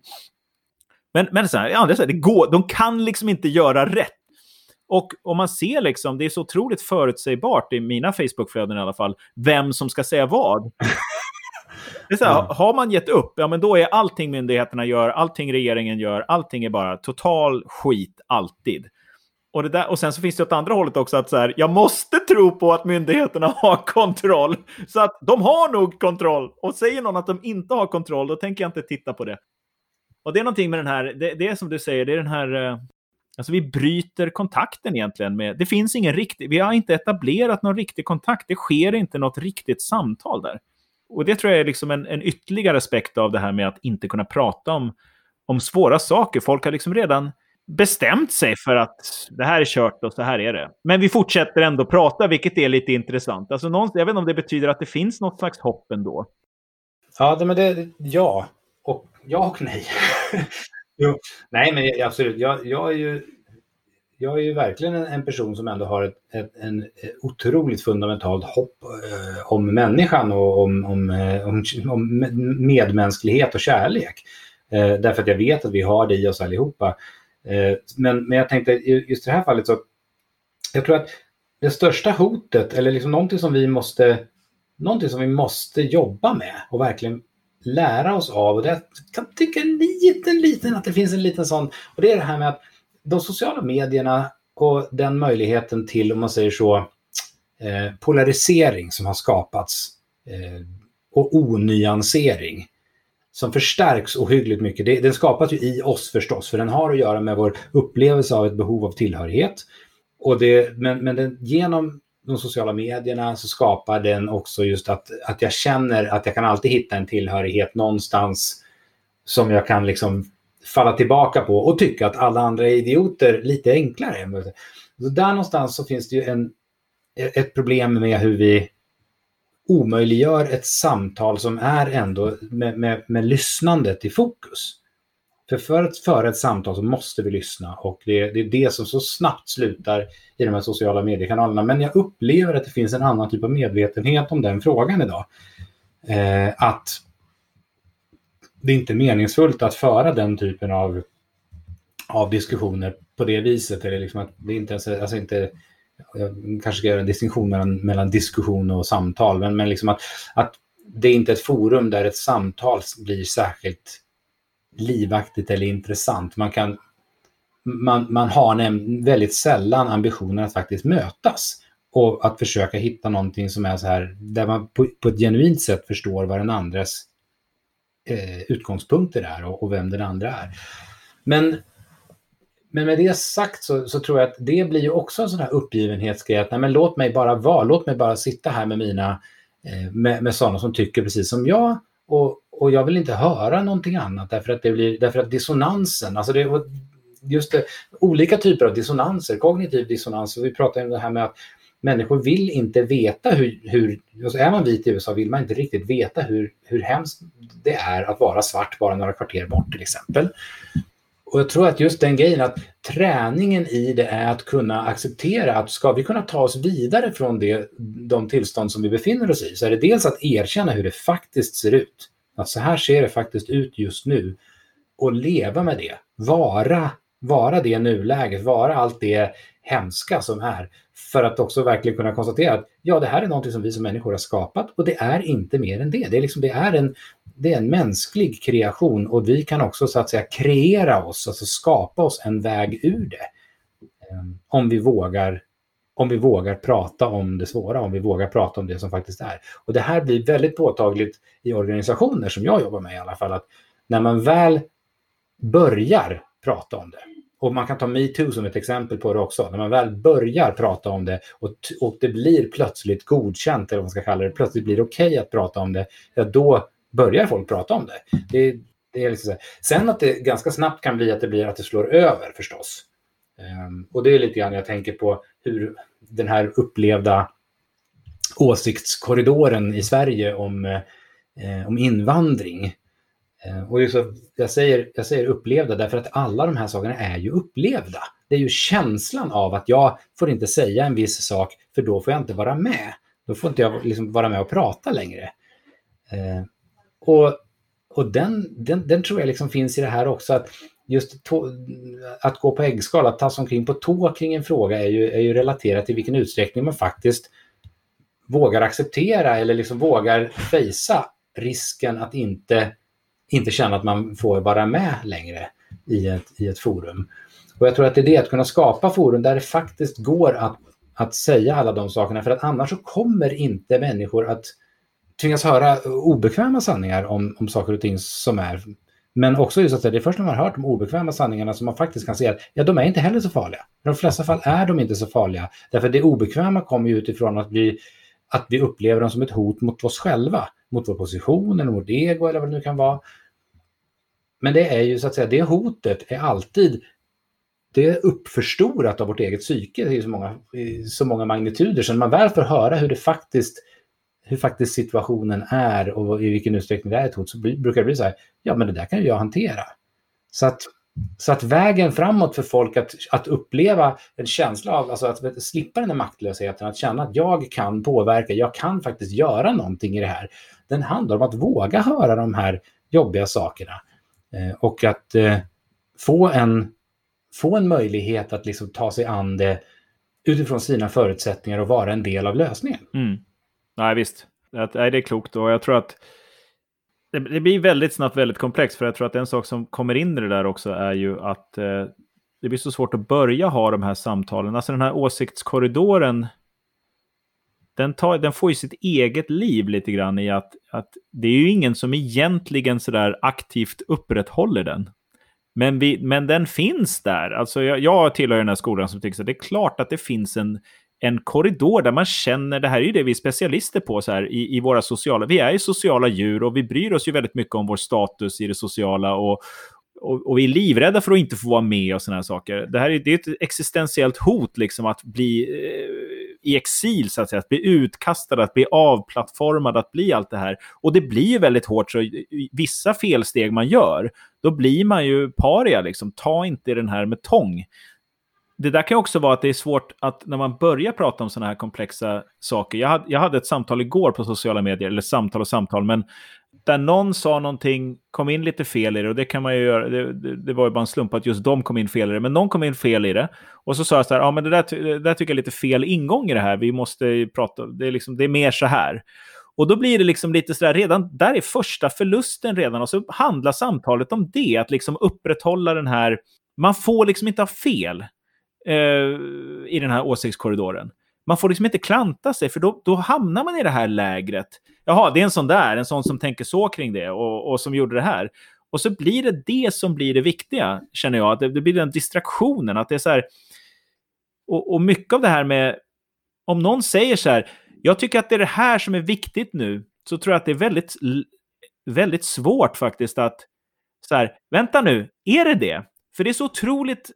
så här, ja, det är så här, det går, de kan liksom inte göra rätt. Och om man ser liksom, det är så otroligt förutsägbart i mina Facebookflöden i alla fall, vem som ska säga vad. Det är så här, har man gett upp, ja men då är allting myndigheterna gör, allting regeringen gör, allting är bara total skit alltid. Och sen så finns det åt andra hållet också att så här, jag måste tro på att myndigheterna har kontroll. Så att de har nog kontroll. Och säger någon att de inte har kontroll, då tänker jag inte titta på det. Och det är någonting med den här, det är som du säger, det är den här Alltså vi bryter kontakten egentligen med... Det finns ingen riktig... Vi har inte etablerat någon riktig kontakt. Det sker inte något riktigt samtal där. Och det tror jag är liksom en ytterligare aspekt av det här med att inte kunna prata om svåra saker. Folk har liksom redan bestämt sig för att det här är kört och så här är det. Men vi fortsätter ändå prata, vilket är lite intressant. Alltså jag vet inte om det betyder att det finns något slags hopp ändå. Ja, men ja och nej. Jo, nej, men absolut. Jag är ju verkligen en person som ändå har en otroligt fundamentalt hopp om människan och om medmänsklighet och kärlek. Därför att jag vet att vi har det i oss allihopa. Men jag tänkte just i det här fallet så jag tror att det största hotet eller liksom någonting som vi måste jobba med och verkligen lära oss av, och det kan tycka liten att det finns en liten sån, och det är det här med att de sociala medierna och den möjligheten till, om man säger så, polarisering som har skapats och onyansering som förstärks ohyggligt mycket. Den skapas ju i oss förstås, för den har att göra med vår upplevelse av ett behov av tillhörighet. Men genom de sociala medierna så skapar den också just att jag känner att jag kan alltid hitta en tillhörighet någonstans som jag kan liksom falla tillbaka på och tycka att alla andra är idioter lite enklare. Så där någonstans så finns det ju ett problem med hur vi omöjliggör ett samtal som är ändå med lyssnandet i fokus. För att föra ett samtal så måste vi lyssna, och det är det som så snabbt slutar i de här sociala mediekanalerna. Men jag upplever att det finns en annan typ av medvetenhet om den frågan idag. Att det inte är meningsfullt att föra den typen av diskussioner på det viset. Eller liksom att det inte ens, alltså inte, jag kanske ska göra en distinktion mellan diskussion och samtal. Men liksom att det är inte ett forum där ett samtal blir särskilt livaktigt eller intressant. Man har väldigt sällan ambitionen att faktiskt mötas och att försöka hitta någonting som är så här, där man på ett genuint sätt förstår vad den andres utgångspunkter är och vem den andra är. Men med det sagt så tror jag att det blir ju också en sån här uppgivenhetsgrej att nej, men låt mig bara sitta här med mina med sådana som tycker precis som jag, och jag vill inte höra någonting annat därför att dissonansen, alltså olika typer av dissonanser, kognitiv dissonans, och vi pratar om det här med att människor vill inte veta hur alltså är man vit i USA vill man inte riktigt veta hur hemskt det är att vara svart bara några kvarter bort till exempel. Och jag tror att just den grejen, att träningen i det är att kunna acceptera att ska vi kunna ta oss vidare från de tillstånd som vi befinner oss i, så är det dels att erkänna hur det faktiskt ser ut. Att så här ser det faktiskt ut just nu, och leva med det. Vara det nuläget, vara allt det hemska som är, för att också verkligen kunna konstatera att ja, det här är någonting som vi som människor har skapat, och det är inte mer än det. Det är en mänsklig kreation, och vi kan också så att säga kreera oss, alltså skapa oss en väg ur det. Om vi vågar prata om det svåra, om vi vågar prata om det som faktiskt är. Och det här blir väldigt påtagligt i organisationer som jag jobbar med i alla fall, att när man väl börjar prata om det, och man kan ta MeToo som ett exempel på det också, när man väl börjar prata om det och det blir plötsligt godkänt, eller vad man ska kalla det, plötsligt blir det okej att prata om det, ja, då börjar folk prata om det. Det är liksom så. Sen att det ganska snabbt kan bli att det slår över förstås. Och det är lite grann jag tänker på hur den här upplevda åsiktskorridoren i Sverige om invandring. Och jag säger upplevda därför att alla de här sakerna är ju upplevda. Det är ju känslan av att jag får inte säga en viss sak, för då får jag inte vara med. Då får inte jag liksom vara med och prata längre. Och den tror jag liksom finns i det här också, att just att gå på äggskal, att ta sig omkring på tå kring en fråga är ju relaterat till vilken utsträckning man faktiskt vågar acceptera eller liksom vågar fejsa risken att inte känna att man får vara med längre i ett forum. Och jag tror att det är det, att kunna skapa forum där det faktiskt går att säga alla de sakerna, för att annars så kommer inte människor att tvingas höra obekväma sanningar om saker och ting som är Men också just att det är först när man har hört de obekväma sanningarna som man faktiskt kan se att de är inte heller så farliga. I de flesta fall är de inte så farliga. Därför det obekväma kommer ju utifrån att vi upplever dem som ett hot mot oss själva. Mot vår position eller mot ego eller vad det nu kan vara. Men det är ju så att säga, det hotet är alltid, det är uppförstorat av vårt eget psyke. Det är så många magnituder. Så när man väl får höra hur faktiskt situationen är och i vilken utsträckning det är ett hot, så brukar det bli så här, ja men det där kan ju jag hantera. Så att vägen framåt för folk att uppleva en känsla av, alltså att slippa den här maktlösheten, att känna att jag kan påverka, jag kan faktiskt göra någonting i det här. Den handlar om att våga höra de här jobbiga sakerna och att få en möjlighet att liksom ta sig an det utifrån sina förutsättningar och vara en del av lösningen. Nej, visst. Det är klokt, och jag tror att det blir väldigt snabbt väldigt komplext, för jag tror att en sak som kommer in i det där också är ju att det blir så svårt att börja ha de här samtalen. Alltså den här åsiktskorridoren, den får ju sitt eget liv lite grann i att det är ju ingen som egentligen så där aktivt upprätthåller den. Men den finns där. Alltså jag tillhör den här skolan som tycker att det är klart att det finns en korridor där man känner, det här är ju det vi är specialister på så här, i våra sociala, vi är ju sociala djur och vi bryr oss ju väldigt mycket om vår status i det sociala och vi är livrädda för att inte få vara med och såna här saker. Det är ett existentiellt hot liksom, att bli i exil så att säga, att bli utkastad, att bli avplattformad, att bli allt det här. Och det blir ju väldigt hårt, så vissa felsteg man gör, då blir man ju paria liksom. Ta inte den här med tång. Det där kan också vara att det är svårt att när man börjar prata om såna här komplexa saker. Jag hade ett samtal igår på sociala medier, eller samtal, men där någon sa någonting, kom in lite fel i det, och det kan man ju göra, det var ju bara en slump att just de kom in fel i det, men någon kom in fel i det, och så sa jag så här, ja men det där tycker jag är lite fel ingång i det här, vi måste prata, det är mer så här. Och då blir det liksom lite sådär, redan där är första förlusten redan, och så handlar samtalet om det, att liksom upprätthålla den här, man får liksom inte ha fel i den här åsiktskorridoren. Man får liksom inte klanta sig, för då hamnar man i det här lägret. Jaha, det är en sån som tänker så kring det och som gjorde det här. Och så blir det som blir det viktiga, känner jag. Att det blir den distraktionen, att det är så här. Och mycket av det här med, om någon säger så här, jag tycker att det är det här som är viktigt nu, så tror jag att det är väldigt, väldigt svårt faktiskt att så här, vänta nu, är det det? För det är så otroligt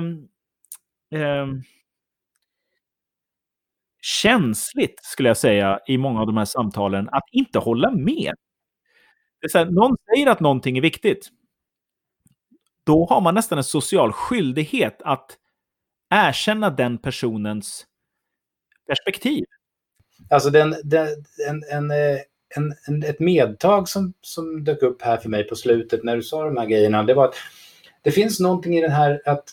känsligt, skulle jag säga, i många av de här samtalen, att inte hålla med. Det är så här, någon säger att någonting är viktigt. Då har man nästan en social skyldighet att erkänna den personens perspektiv. Alltså ett medtag som dök upp här för mig på slutet när du sa de här grejerna, det var att det finns någonting i den här att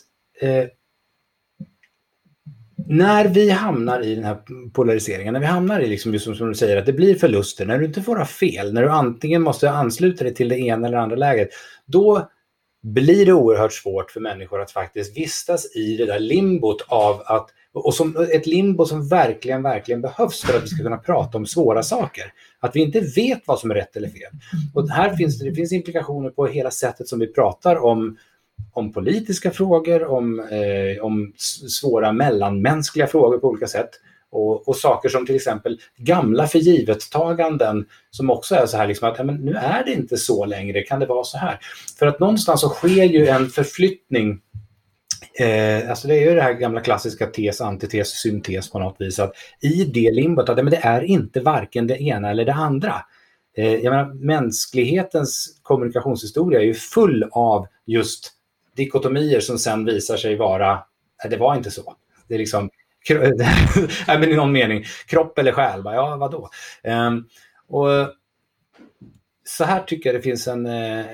när vi hamnar i den här polariseringen, när vi hamnar i liksom, just som du säger, att det blir förluster, när du inte får ha fel, när du antingen måste ansluta dig till det ena eller andra läget, då blir det oerhört svårt för människor att faktiskt vistas i det där limbot av att, och som ett limbo som verkligen, verkligen behövs för att vi ska kunna prata om svåra saker. Att vi inte vet vad som är rätt eller fel. Och här det finns implikationer på hela sättet som vi pratar om politiska frågor, om svåra mellanmänskliga frågor på olika sätt. Och saker som till exempel gamla förgivettaganden som också är så här liksom att men nu är det inte så längre, kan det vara så här? För att någonstans så sker ju en förflyttning, alltså det är ju det här gamla klassiska tes, antites, syntes på något vis, att i det limbot att men det är inte varken det ena eller det andra. Jag menar, mänsklighetens kommunikationshistoria är ju full av just dikotomier som sen visar sig vara, det var inte så. Det är liksom, men i någon mening, kropp eller själ, ja vadå? Och så här tycker jag det finns en,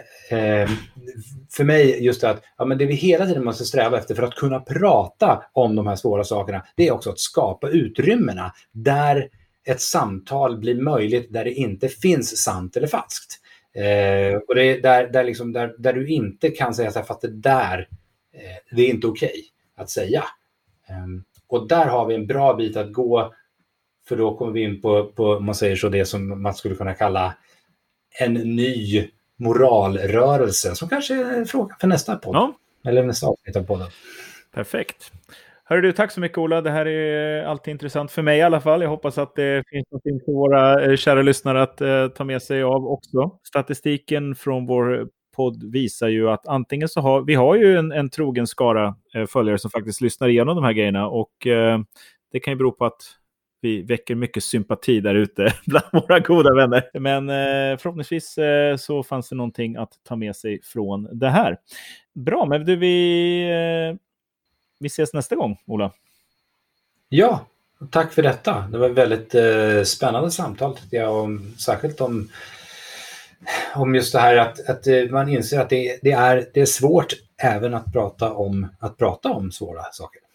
för mig just att men det vi hela tiden måste sträva efter för att kunna prata om de här svåra sakerna, det är också att skapa utrymmena där ett samtal blir möjligt, där det inte finns sant eller falskt. Och det är där du inte kan säga så här, för att det är inte okej att säga. Och där har vi en bra bit att gå, för då kommer vi in på om man säger så, det som man skulle kunna kalla en ny moralrörelsen, som kanske är en fråga för nästa podd. Ja. Eller nästa avsnitt av podden. Perfekt. Hörru du, tack så mycket Ola. Det här är alltid intressant för mig i alla fall. Jag hoppas att det finns något för våra kära lyssnare att ta med sig av också. Statistiken från vår podd visar ju att antingen så har vi ju en trogen skara följare som faktiskt lyssnar igenom de här grejerna, och det kan ju bero på att vi väcker mycket sympati där ute bland våra goda vänner. Men förhoppningsvis så fanns det någonting att ta med sig från det här. Bra, men du, vi ses nästa gång, Ola. Ja, tack för detta. Det var ett väldigt spännande samtal, tycker jag, särskilt om just det här att man inser att det är svårt även att prata om svåra saker.